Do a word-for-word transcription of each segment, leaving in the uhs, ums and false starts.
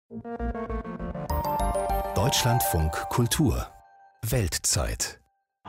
Deutschlandfunk Kultur Weltzeit.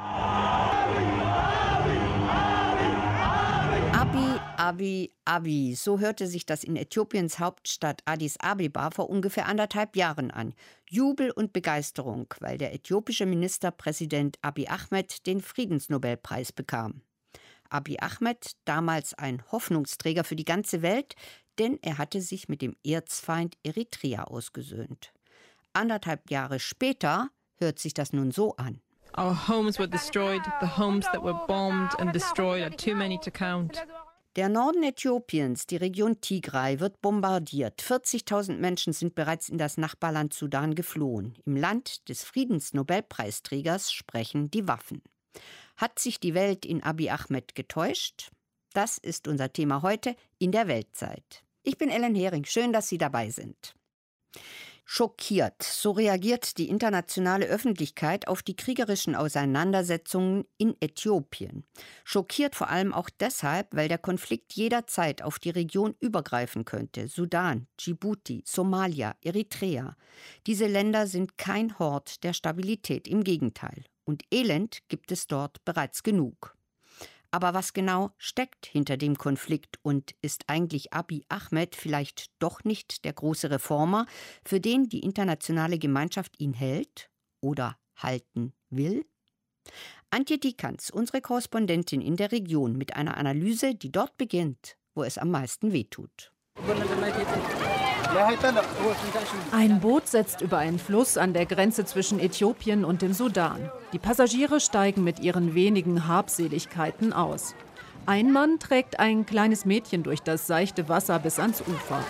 Abi, Abi, Abi. So hörte sich das in Äthiopiens Hauptstadt Addis Abeba vor ungefähr anderthalb Jahren an. Jubel und Begeisterung, weil der äthiopische Ministerpräsident Abiy Ahmed den Friedensnobelpreis bekam. Abiy Ahmed, damals ein Hoffnungsträger für die ganze Welt, denn er hatte sich mit dem Erzfeind Eritrea ausgesöhnt. Anderthalb Jahre später hört sich das nun so an. Our homes were destroyed. The homes that were bombed and destroyed are too many to count. Der Norden Äthiopiens, die Region Tigray, wird bombardiert. vierzigtausend Menschen sind bereits in das Nachbarland Sudan geflohen. Im Land des Friedensnobelpreisträgers sprechen die Waffen. Hat sich die Welt in Abiy Ahmed getäuscht? Das ist unser Thema heute in der Weltzeit. Ich bin Ellen Hering. Schön, dass Sie dabei sind. Schockiert, so reagiert die internationale Öffentlichkeit auf die kriegerischen Auseinandersetzungen in Äthiopien. Schockiert vor allem auch deshalb, weil der Konflikt jederzeit auf die Region übergreifen könnte. Sudan, Djibouti, Somalia, Eritrea. Diese Länder sind kein Hort der Stabilität, im Gegenteil. Und Elend gibt es dort bereits genug. Aber was genau steckt hinter dem Konflikt und ist eigentlich Abiy Ahmed vielleicht doch nicht der große Reformer, für den die internationale Gemeinschaft ihn hält oder halten will? Antje Dikans, unsere Korrespondentin in der Region, mit einer Analyse, die dort beginnt, wo es am meisten wehtut. Ein Boot setzt über einen Fluss an der Grenze zwischen Äthiopien und dem Sudan. Die Passagiere steigen mit ihren wenigen Habseligkeiten aus. Ein Mann trägt ein kleines Mädchen durch das seichte Wasser bis ans Ufer.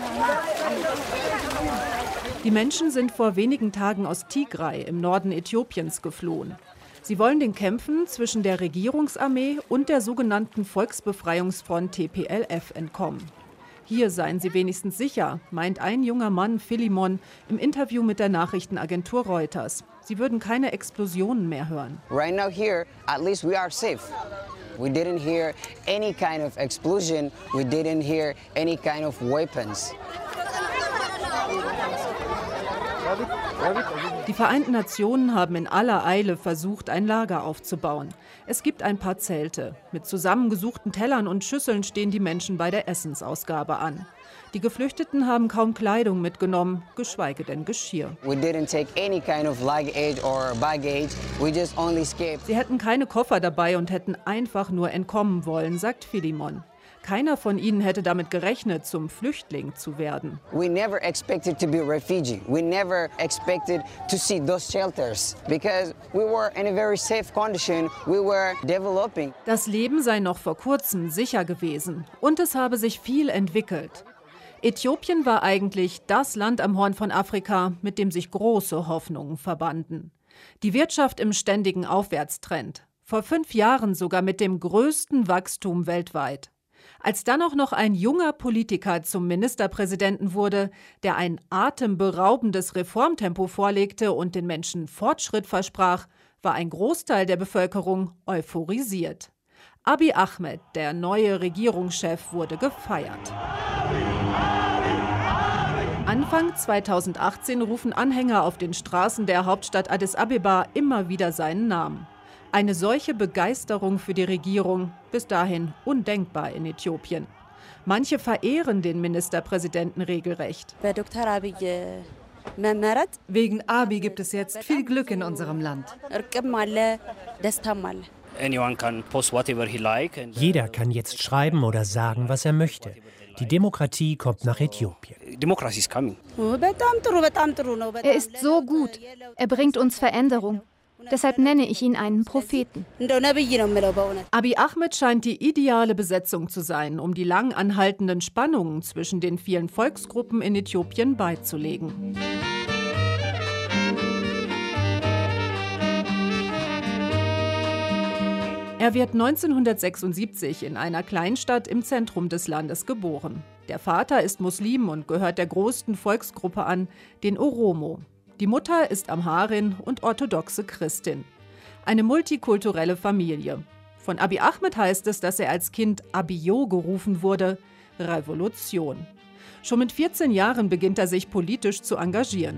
Die Menschen sind vor wenigen Tagen aus Tigray im Norden Äthiopiens geflohen. Sie wollen den Kämpfen zwischen der Regierungsarmee und der sogenannten Volksbefreiungsfront T P L F entkommen. Hier seien sie wenigstens sicher, meint ein junger Mann, Philimon, im Interview mit der Nachrichtenagentur Reuters. Sie würden keine Explosionen mehr hören. Right now here, at least we are safe. We didn't hear any kind of explosion. We didn't hear any kind of weapons. Die Vereinten Nationen haben in aller Eile versucht, ein Lager aufzubauen. Es gibt ein paar Zelte. Mit zusammengesuchten Tellern und Schüsseln stehen die Menschen bei der Essensausgabe an. Die Geflüchteten haben kaum Kleidung mitgenommen, geschweige denn Geschirr. We didn't take any kind of luggage or baggage. We just only escaped. Sie hätten keine Koffer dabei und hätten einfach nur entkommen wollen, sagt Philimon. Keiner von ihnen hätte damit gerechnet, zum Flüchtling zu werden. We never expected to be a refugee. We never expected to see those shelters because we were in a very safe condition. We were developing. Das Leben sei noch vor kurzem sicher gewesen und es habe sich viel entwickelt. Äthiopien war eigentlich das Land am Horn von Afrika, mit dem sich große Hoffnungen verbanden. Die Wirtschaft im ständigen Aufwärtstrend. Vor fünf Jahren sogar mit dem größten Wachstum weltweit. Als dann auch noch ein junger Politiker zum Ministerpräsidenten wurde, der ein atemberaubendes Reformtempo vorlegte und den Menschen Fortschritt versprach, war ein Großteil der Bevölkerung euphorisiert. Abiy Ahmed, der neue Regierungschef, wurde gefeiert. Anfang zweitausendachtzehn rufen Anhänger auf den Straßen der Hauptstadt Addis Abeba immer wieder seinen Namen. Eine solche Begeisterung für die Regierung, bis dahin undenkbar in Äthiopien. Manche verehren den Ministerpräsidenten regelrecht. Wegen Abiy gibt es jetzt viel Glück in unserem Land. Jeder kann jetzt schreiben oder sagen, was er möchte. Die Demokratie kommt nach Äthiopien. Er ist so gut. Er bringt uns Veränderung. Deshalb nenne ich ihn einen Propheten. Abiy Ahmed scheint die ideale Besetzung zu sein, um die lang anhaltenden Spannungen zwischen den vielen Volksgruppen in Äthiopien beizulegen. Er wird neunzehnhundertsechsundsiebzig in einer Kleinstadt im Zentrum des Landes geboren. Der Vater ist Muslim und gehört der größten Volksgruppe an, den Oromo. Die Mutter ist Amharin und orthodoxe Christin. Eine multikulturelle Familie. Von Abiy Ahmed heißt es, dass er als Kind Abiyo gerufen wurde, Revolution. Schon mit vierzehn Jahren beginnt er sich politisch zu engagieren.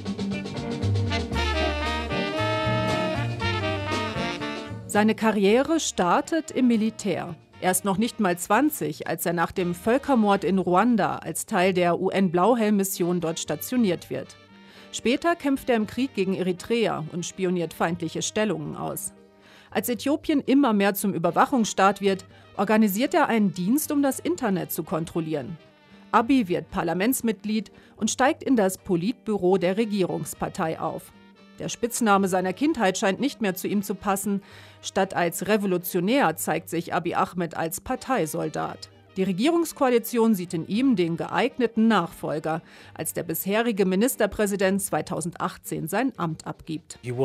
Seine Karriere startet im Militär. Er ist noch nicht mal zwanzig, als er nach dem Völkermord in Ruanda als Teil der U N-Blauhelm-Mission dort stationiert wird. Später kämpft er im Krieg gegen Eritrea und spioniert feindliche Stellungen aus. Als Äthiopien immer mehr zum Überwachungsstaat wird, organisiert er einen Dienst, um das Internet zu kontrollieren. Abiy wird Parlamentsmitglied und steigt in das Politbüro der Regierungspartei auf. Der Spitzname seiner Kindheit scheint nicht mehr zu ihm zu passen. Statt als Revolutionär zeigt sich Abiy Ahmed als Parteisoldat. Die Regierungskoalition sieht in ihm den geeigneten Nachfolger, als der bisherige Ministerpräsident zweitausendachtzehn sein Amt abgibt. Er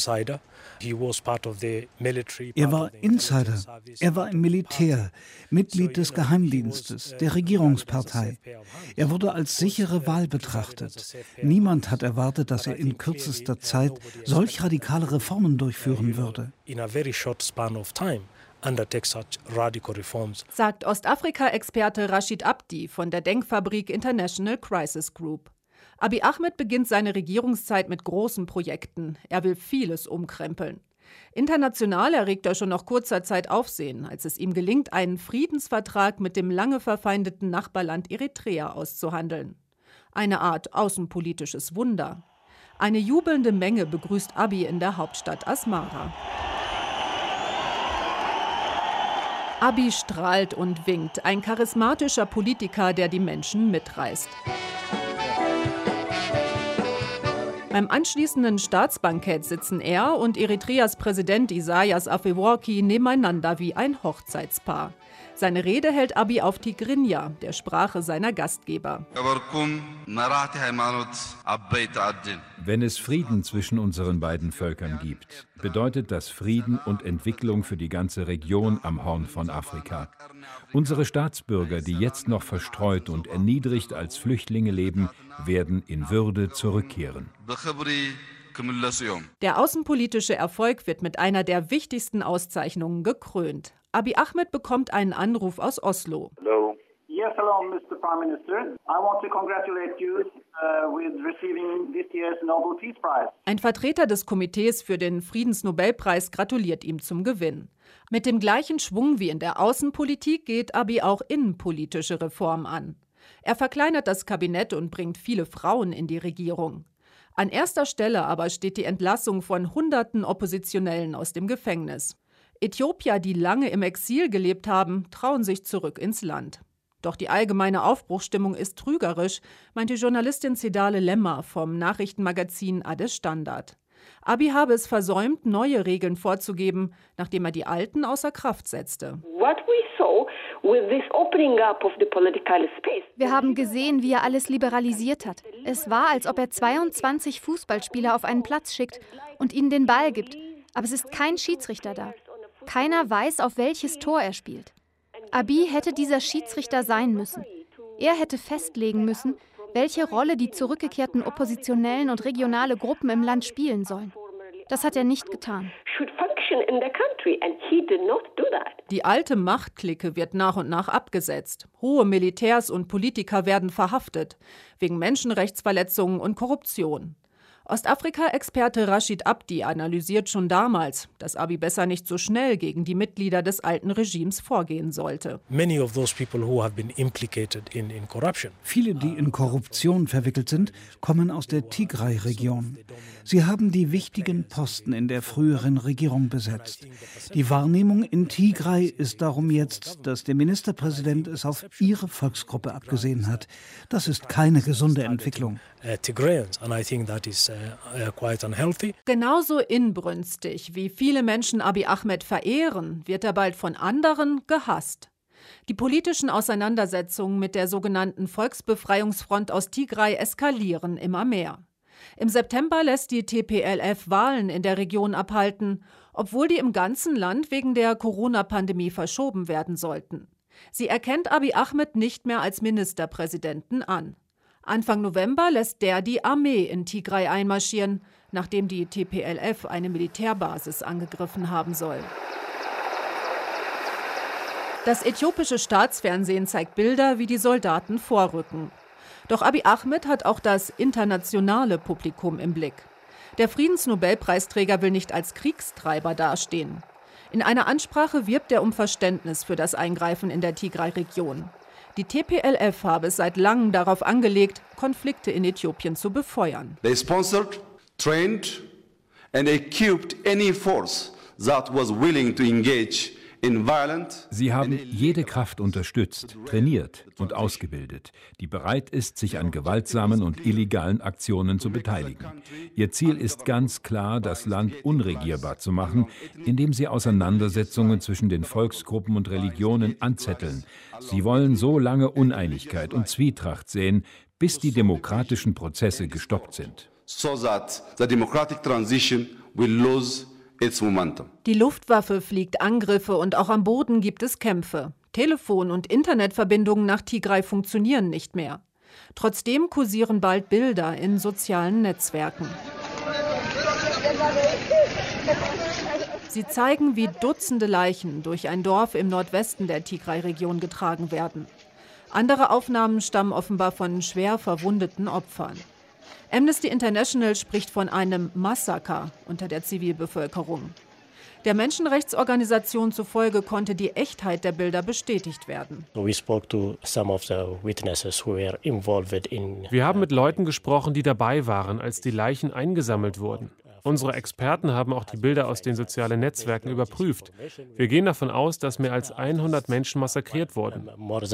war Insider, er war im Militär, Mitglied des Geheimdienstes, der Regierungspartei. Er wurde als sichere Wahl betrachtet. Niemand hat erwartet, dass er in kürzester Zeit solch radikale Reformen durchführen würde. Sagt Ostafrika-Experte Rashid Abdi von der Denkfabrik International Crisis Group. Abiy Ahmed beginnt seine Regierungszeit mit großen Projekten. Er will vieles umkrempeln. International erregt er schon nach kurzer Zeit Aufsehen, als es ihm gelingt, einen Friedensvertrag mit dem lange verfeindeten Nachbarland Eritrea auszuhandeln. Eine Art außenpolitisches Wunder. Eine jubelnde Menge begrüßt Abiy in der Hauptstadt Asmara. Abiy strahlt und winkt, ein charismatischer Politiker, der die Menschen mitreißt. Beim anschließenden Staatsbankett sitzen er und Eritreas Präsident Isaias Afewerki nebeneinander wie ein Hochzeitspaar. Seine Rede hält Abiy auf Tigrinya, der Sprache seiner Gastgeber. Wenn es Frieden zwischen unseren beiden Völkern gibt, bedeutet das Frieden und Entwicklung für die ganze Region am Horn von Afrika. Unsere Staatsbürger, die jetzt noch verstreut und erniedrigt als Flüchtlinge leben, werden in Würde zurückkehren. Der außenpolitische Erfolg wird mit einer der wichtigsten Auszeichnungen gekrönt. Abiy Ahmed bekommt einen Anruf aus Oslo. Hello. Yes, hello, Mister Prime Minister. I want to congratulate you uh, with receiving this year's Nobel Peace Prize. Ein Vertreter des Komitees für den Friedensnobelpreis gratuliert ihm zum Gewinn. Mit dem gleichen Schwung wie in der Außenpolitik geht Abiy auch innenpolitische Reformen an. Er verkleinert das Kabinett und bringt viele Frauen in die Regierung. An erster Stelle aber steht die Entlassung von Hunderten Oppositionellen aus dem Gefängnis. Äthiopier, die lange im Exil gelebt haben, trauen sich zurück ins Land. Doch die allgemeine Aufbruchsstimmung ist trügerisch, meint die Journalistin Sedale Lemmer vom Nachrichtenmagazin Addis Standard. Abiy habe es versäumt, neue Regeln vorzugeben, nachdem er die alten außer Kraft setzte. Wir haben gesehen, wie er alles liberalisiert hat. Es war, als ob er zweiundzwanzig Fußballspieler auf einen Platz schickt und ihnen den Ball gibt. Aber es ist kein Schiedsrichter da. Keiner weiß, auf welches Tor er spielt. Abiy hätte dieser Schiedsrichter sein müssen. Er hätte festlegen müssen, welche Rolle die zurückgekehrten oppositionellen und regionale Gruppen im Land spielen sollen. Das hat er nicht getan. Die alte Machtklicke wird nach und nach abgesetzt. Hohe Militärs und Politiker werden verhaftet, wegen Menschenrechtsverletzungen und Korruption. Ostafrika-Experte Rashid Abdi analysiert schon damals, dass Abiy besser nicht so schnell gegen die Mitglieder des alten Regimes vorgehen sollte. Viele, die in Korruption verwickelt sind, kommen aus der Tigray-Region. Sie haben die wichtigen Posten in der früheren Regierung besetzt. Die Wahrnehmung in Tigray ist darum jetzt, dass der Ministerpräsident es auf ihre Volksgruppe abgesehen hat. Das ist keine gesunde Entwicklung. Genauso inbrünstig, wie viele Menschen Abiy Ahmed verehren, wird er bald von anderen gehasst. Die politischen Auseinandersetzungen mit der sogenannten Volksbefreiungsfront aus Tigray eskalieren immer mehr. Im September lässt die T P L F Wahlen in der Region abhalten, obwohl die im ganzen Land wegen der Corona-Pandemie verschoben werden sollten. Sie erkennt Abiy Ahmed nicht mehr als Ministerpräsidenten an. Anfang November lässt der die Armee in Tigray einmarschieren, nachdem die T P L F eine Militärbasis angegriffen haben soll. Das äthiopische Staatsfernsehen zeigt Bilder, wie die Soldaten vorrücken. Doch Abiy Ahmed hat auch das internationale Publikum im Blick. Der Friedensnobelpreisträger will nicht als Kriegstreiber dastehen. In einer Ansprache wirbt er um Verständnis für das Eingreifen in der Tigray-Region. Die T P L F habe es seit langem darauf angelegt, Konflikte in Äthiopien zu befeuern. They sponsored, trained and equipped any force that was willing to engage in violent. Sie haben jede Kraft unterstützt, trainiert und ausgebildet, die bereit ist, sich an gewaltsamen und illegalen Aktionen zu beteiligen. Ihr Ziel ist ganz klar, das Land unregierbar zu machen, indem sie Auseinandersetzungen zwischen den Volksgruppen und Religionen anzetteln. Sie wollen so lange Uneinigkeit und Zwietracht sehen, bis die demokratischen Prozesse gestoppt sind. So that the democratic transition will lose its momentum. Die Luftwaffe fliegt Angriffe und auch am Boden gibt es Kämpfe. Telefon- und Internetverbindungen nach Tigray funktionieren nicht mehr. Trotzdem kursieren bald Bilder in sozialen Netzwerken. Sie zeigen, wie Dutzende Leichen durch ein Dorf im Nordwesten der Tigray-Region getragen werden. Andere Aufnahmen stammen offenbar von schwer verwundeten Opfern. Amnesty International spricht von einem Massaker unter der Zivilbevölkerung. Der Menschenrechtsorganisation zufolge konnte die Echtheit der Bilder bestätigt werden. Wir haben mit Leuten gesprochen, die dabei waren, als die Leichen eingesammelt wurden. Unsere Experten haben auch die Bilder aus den sozialen Netzwerken überprüft. Wir gehen davon aus, dass mehr als hundert Menschen massakriert wurden.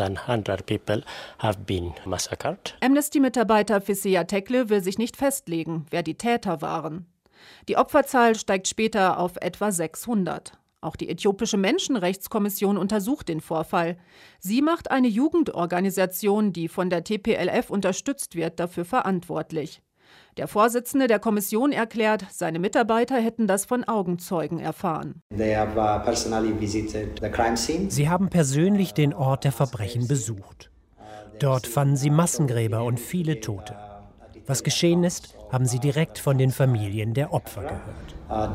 Amnesty-Mitarbeiter Fiseya Tekle will sich nicht festlegen, wer die Täter waren. Die Opferzahl steigt später auf etwa sechshundert. Auch die äthiopische Menschenrechtskommission untersucht den Vorfall. Sie macht eine Jugendorganisation, die von der T P L F unterstützt wird, dafür verantwortlich. Der Vorsitzende der Kommission erklärt, seine Mitarbeiter hätten das von Augenzeugen erfahren. Sie haben persönlich den Ort der Verbrechen besucht. Dort fanden sie Massengräber und viele Tote. Was geschehen ist, haben sie direkt von den Familien der Opfer gehört.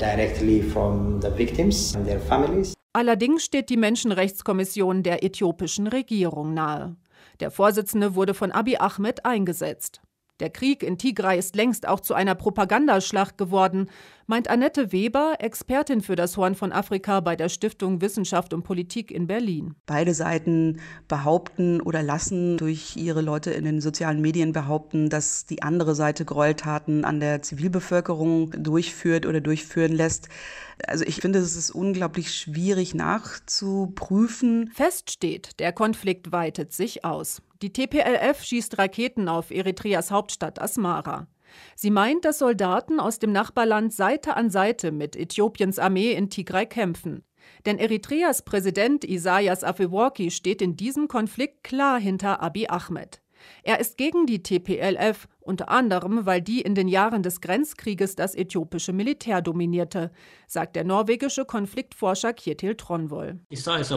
Allerdings steht die Menschenrechtskommission der äthiopischen Regierung nahe. Der Vorsitzende wurde von Abiy Ahmed eingesetzt. Der Krieg in Tigray ist längst auch zu einer Propagandaschlacht geworden, meint Annette Weber, Expertin für das Horn von Afrika bei der Stiftung Wissenschaft und Politik in Berlin. Beide Seiten behaupten oder lassen durch ihre Leute in den sozialen Medien behaupten, dass die andere Seite Gräueltaten an der Zivilbevölkerung durchführt oder durchführen lässt. Also ich finde, es ist unglaublich schwierig nachzuprüfen. Fest steht, der Konflikt weitet sich aus. Die T P L F schießt Raketen auf Eritreas Hauptstadt Asmara. Sie meint, dass Soldaten aus dem Nachbarland Seite an Seite mit Äthiopiens Armee in Tigray kämpfen. Denn Eritreas Präsident Isaias Afewerki steht in diesem Konflikt klar hinter Abiy Ahmed. Er ist gegen die T P L F, unter anderem, weil die in den Jahren des Grenzkrieges das äthiopische Militär dominierte, sagt der norwegische Konfliktforscher Kjetil Tronvoll. Isaias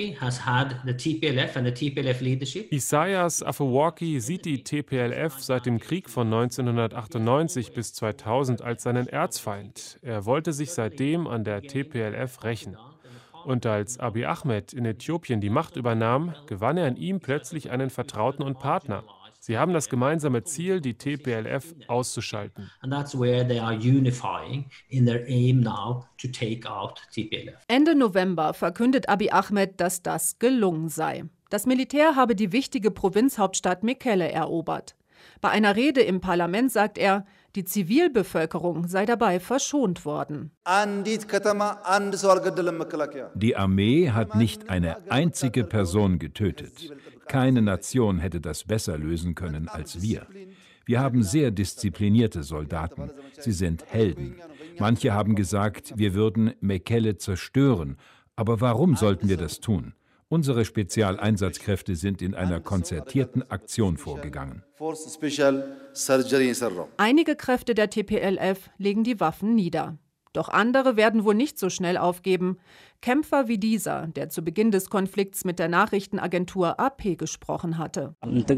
Afewerki sieht die T P L F seit dem Krieg von neunzehnhundertachtundneunzig bis zweitausend als seinen Erzfeind. Er wollte sich seitdem an der T P L F rächen. Und als Abiy Ahmed in Äthiopien die Macht übernahm, gewann er in ihm plötzlich einen Vertrauten und Partner. Sie haben das gemeinsame Ziel, die T P L F auszuschalten. Ende November verkündet Abiy Ahmed, dass das gelungen sei. Das Militär habe die wichtige Provinzhauptstadt Mekelle erobert. Bei einer Rede im Parlament sagt er, die Zivilbevölkerung sei dabei verschont worden. Die Armee hat nicht eine einzige Person getötet. Keine Nation hätte das besser lösen können als wir. Wir haben sehr disziplinierte Soldaten. Sie sind Helden. Manche haben gesagt, wir würden Mekelle zerstören. Aber warum sollten wir das tun? Unsere Spezialeinsatzkräfte sind in einer konzertierten Aktion vorgegangen. Einige Kräfte der T P L F legen die Waffen nieder. Doch andere werden wohl nicht so schnell aufgeben. Kämpfer wie dieser, der zu Beginn des Konflikts mit der Nachrichtenagentur A P gesprochen hatte.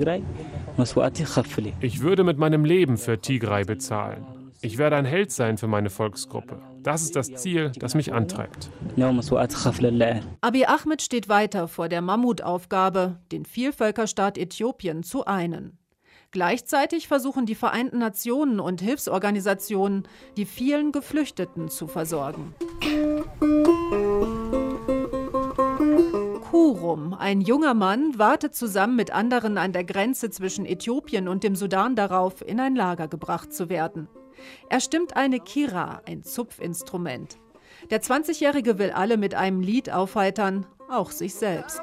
Ich würde mit meinem Leben für Tigray bezahlen. Ich werde ein Held sein für meine Volksgruppe. Das ist das Ziel, das mich antreibt. Abiy Ahmed steht weiter vor der Mammutaufgabe, den Vielvölkerstaat Äthiopien zu einen. Gleichzeitig versuchen die Vereinten Nationen und Hilfsorganisationen, die vielen Geflüchteten zu versorgen. Kurum, ein junger Mann, wartet zusammen mit anderen an der Grenze zwischen Äthiopien und dem Sudan darauf, in ein Lager gebracht zu werden. Er stimmt eine Kira, ein Zupfinstrument. Der zwanzigjährige will alle mit einem Lied aufheitern, auch sich selbst.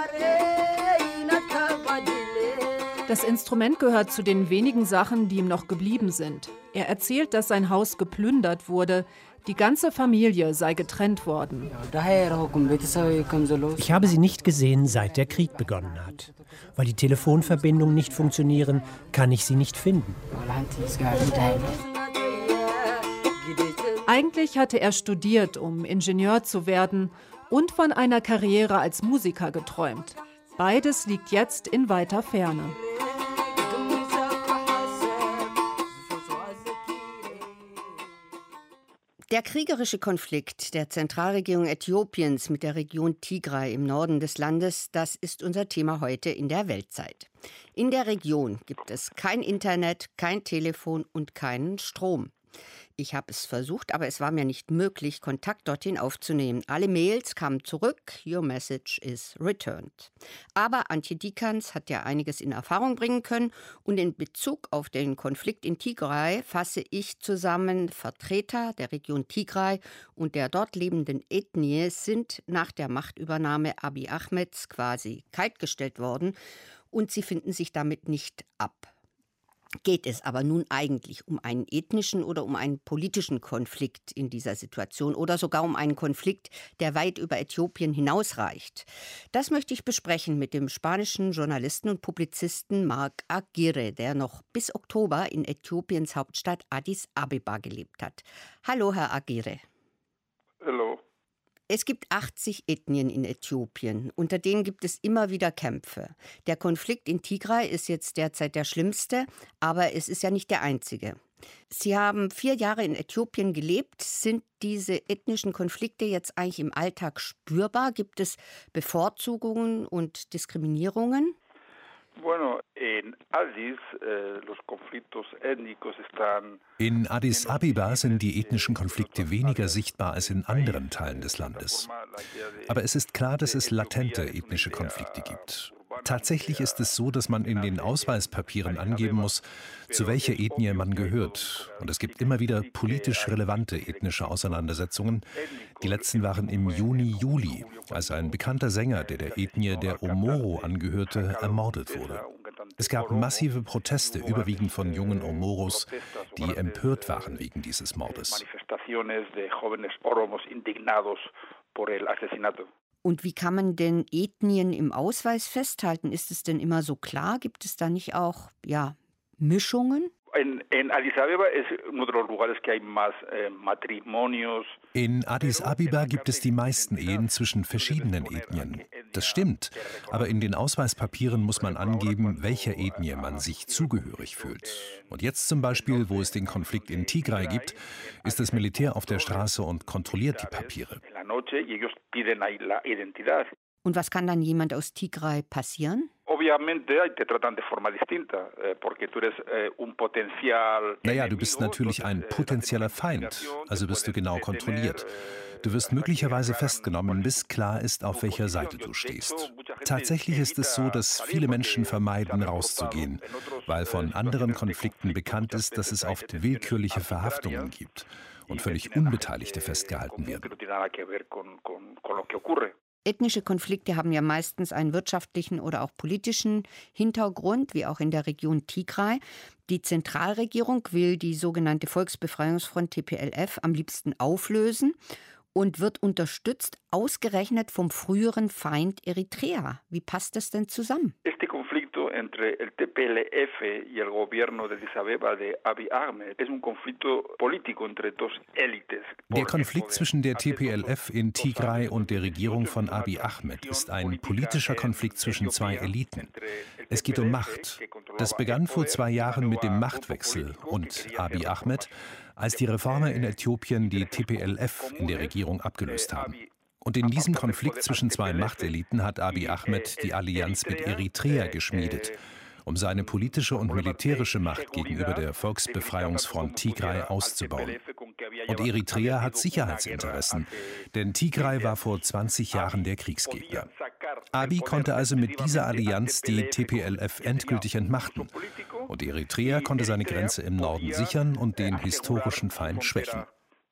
Das Instrument gehört zu den wenigen Sachen, die ihm noch geblieben sind. Er erzählt, dass sein Haus geplündert wurde. Die ganze Familie sei getrennt worden. Ich habe sie nicht gesehen, seit der Krieg begonnen hat. Weil die Telefonverbindungen nicht funktionieren, kann ich sie nicht finden. Eigentlich hatte er studiert, um Ingenieur zu werden, und von einer Karriere als Musiker geträumt. Beides liegt jetzt in weiter Ferne. Der kriegerische Konflikt der Zentralregierung Äthiopiens mit der Region Tigray im Norden des Landes, das ist unser Thema heute in der Weltzeit. In der Region gibt es kein Internet, kein Telefon und keinen Strom. Ich habe es versucht, aber es war mir nicht möglich, Kontakt dorthin aufzunehmen. Alle Mails kamen zurück, your message is returned. Aber Antje Dikans hat ja einiges in Erfahrung bringen können und in Bezug auf den Konflikt in Tigray fasse ich zusammen, Vertreter der Region Tigray und der dort lebenden Ethnie sind nach der Machtübernahme Abiy Ahmeds quasi kaltgestellt worden und sie finden sich damit nicht ab. Geht es aber nun eigentlich um einen ethnischen oder um einen politischen Konflikt in dieser Situation oder sogar um einen Konflikt, der weit über Äthiopien hinausreicht? Das möchte ich besprechen mit dem spanischen Journalisten und Publizisten Marc Aguirre, der noch bis Oktober in Äthiopiens Hauptstadt Addis Abeba gelebt hat. Hallo, Herr Aguirre. Hallo. Es gibt achtzig Ethnien in Äthiopien, unter denen gibt es immer wieder Kämpfe. Der Konflikt in Tigray ist jetzt derzeit der schlimmste, aber es ist ja nicht der einzige. Sie haben vier Jahre in Äthiopien gelebt. Sind diese ethnischen Konflikte jetzt eigentlich im Alltag spürbar? Gibt es Bevorzugungen und Diskriminierungen? Bueno, en Addis, eh, los conflictos étnicos están. In Addis Abeba sind die ethnischen Konflikte weniger sichtbar als in anderen Teilen des Landes. Aber es ist klar, dass es latente ethnische Konflikte gibt. Tatsächlich ist es so, dass man in den Ausweispapieren angeben muss, zu welcher Ethnie man gehört. Und es gibt immer wieder politisch relevante ethnische Auseinandersetzungen. Die letzten waren im Juni, Juli, als ein bekannter Sänger, der der Ethnie der Omoro angehörte, ermordet wurde. Es gab massive Proteste, überwiegend von jungen Omoros, die empört waren wegen dieses Mordes. Und wie kann man denn Ethnien im Ausweis festhalten? Ist es denn immer so klar? Gibt es da nicht auch ja, Mischungen? En, en Addis Abeba es uno de los lugares que hay más eh, matrimonios. In Addis Abeba gibt es die meisten Ehen zwischen verschiedenen Ethnien. Das stimmt, aber in den Ausweispapieren muss man angeben, welcher Ethnie man sich zugehörig fühlt. Und jetzt zum Beispiel, wo es den Konflikt in Tigray gibt, ist das Militär auf der Straße und kontrolliert die Papiere. Und was kann dann jemand aus Tigray passieren? Naja, du bist natürlich ein potenzieller Feind, also wirst du genau kontrolliert. Du wirst möglicherweise festgenommen, bis klar ist, auf welcher Seite du stehst. Tatsächlich ist es so, dass viele Menschen vermeiden, rauszugehen, weil von anderen Konflikten bekannt ist, dass es oft willkürliche Verhaftungen gibt und völlig Unbeteiligte festgehalten werden. Ethnische Konflikte haben ja meistens einen wirtschaftlichen oder auch politischen Hintergrund, wie auch in der Region Tigray. Die Zentralregierung will die sogenannte Volksbefreiungsfront T P L F am liebsten auflösen und wird unterstützt ausgerechnet vom früheren Feind Eritrea. Wie passt das denn zusammen? Este conflicto entre el T P L F y el gobierno de Addis Abeba de Abiy Ahmed es un conflicto político entre dos élites. Der Konflikt zwischen der T P L F in Tigray und der Regierung von Abiy Ahmed ist ein politischer Konflikt zwischen zwei Eliten. Es geht um Macht. Das begann vor zwei Jahren mit dem Machtwechsel und Abiy Ahmed, als die Reformer in Äthiopien die T P L F in der Regierung abgelöst haben. Und in diesem Konflikt zwischen zwei Machteliten hat Abiy Ahmed die Allianz mit Eritrea geschmiedet. um seine politische und militärische Macht gegenüber der Volksbefreiungsfront Tigray auszubauen. Und Eritrea hat Sicherheitsinteressen, denn Tigray war vor zwanzig Jahren der Kriegsgegner. Abiy konnte also mit dieser Allianz die T P L F endgültig entmachten. Und Eritrea konnte seine Grenze im Norden sichern und den historischen Feind schwächen.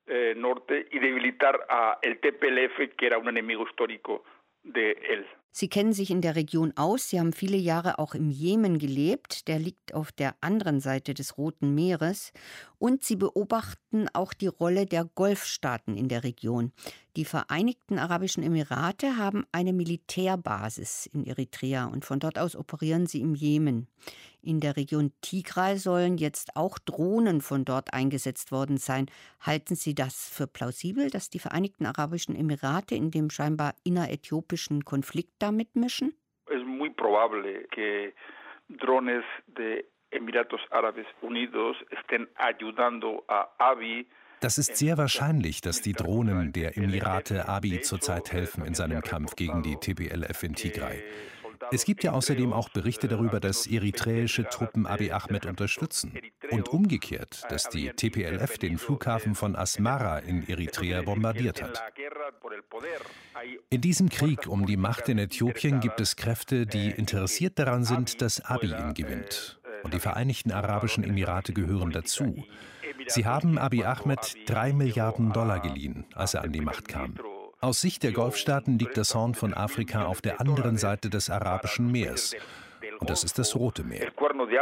Sie kennen sich in der Region aus. Sie haben viele Jahre auch im Jemen gelebt. Der liegt auf der anderen Seite des Roten Meeres. Und Sie beobachten auch die Rolle der Golfstaaten in der Region. Die Vereinigten Arabischen Emirate haben eine Militärbasis in Eritrea und von dort aus operieren sie im Jemen. In der Region Tigray sollen jetzt auch Drohnen von dort eingesetzt worden sein. Halten Sie das für plausibel, dass die Vereinigten Arabischen Emirate in dem scheinbar inneräthiopischen Konflikt da mitmischen? Es ist muy probable que drones de Emiratos Árabes Unidos estén ayudando a Abiy. Das ist sehr wahrscheinlich, dass die Drohnen der Emirate Abiy zurzeit helfen in seinem Kampf gegen die T P L F in Tigray. Es gibt ja außerdem auch Berichte darüber, dass eritreische Truppen Abiy Ahmed unterstützen. Und umgekehrt, dass die T P L F den Flughafen von Asmara in Eritrea bombardiert hat. In diesem Krieg um die Macht in Äthiopien gibt es Kräfte, die interessiert daran sind, dass Abiy ihn gewinnt. Und die Vereinigten Arabischen Emirate gehören dazu. Sie haben Abiy Ahmed drei Milliarden Dollar geliehen, als er an die Macht kam. Aus Sicht der Golfstaaten liegt das Horn von Afrika auf der anderen Seite des Arabischen Meeres. Und das ist das Rote Meer.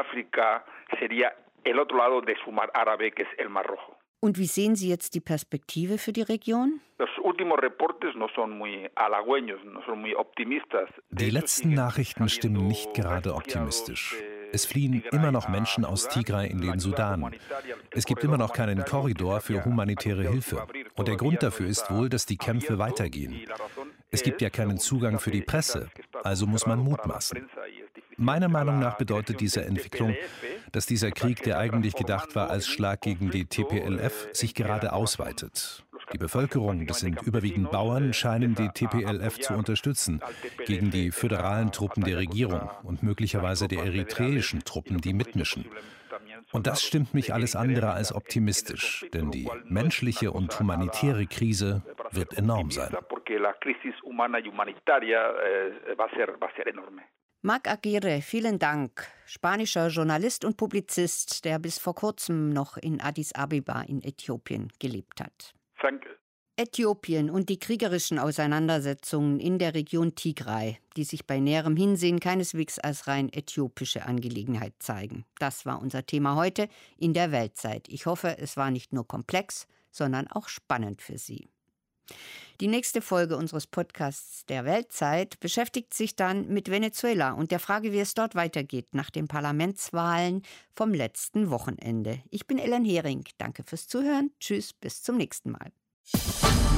Und wie sehen Sie jetzt die Perspektive für die Region? Die letzten Nachrichten stimmen nicht gerade optimistisch. Es fliehen immer noch Menschen aus Tigray in den Sudan. Es gibt immer noch keinen Korridor für humanitäre Hilfe. Und der Grund dafür ist wohl, dass die Kämpfe weitergehen. Es gibt ja keinen Zugang für die Presse, also muss man mutmaßen. Meiner Meinung nach bedeutet diese Entwicklung, dass dieser Krieg, der eigentlich gedacht war als Schlag gegen die T P L F, sich gerade ausweitet. Die Bevölkerung, das sind überwiegend Bauern, scheinen die T P L F zu unterstützen gegen die föderalen Truppen der Regierung und möglicherweise der eritreischen Truppen, die mitmischen. Und das stimmt mich alles andere als optimistisch, denn die menschliche und humanitäre Krise wird enorm sein. Marc Aguirre, vielen Dank. Spanischer Journalist und Publizist, der bis vor kurzem noch in Addis Abeba in Äthiopien gelebt hat. Danke. Äthiopien und die kriegerischen Auseinandersetzungen in der Region Tigray, die sich bei näherem Hinsehen keineswegs als rein äthiopische Angelegenheit zeigen. Das war unser Thema heute in der Weltzeit. Ich hoffe, es war nicht nur komplex, sondern auch spannend für Sie. Die nächste Folge unseres Podcasts der Weltzeit beschäftigt sich dann mit Venezuela und der Frage, wie es dort weitergeht nach den Parlamentswahlen vom letzten Wochenende. Ich bin Ellen Hering. Danke fürs Zuhören. Tschüss, bis zum nächsten Mal.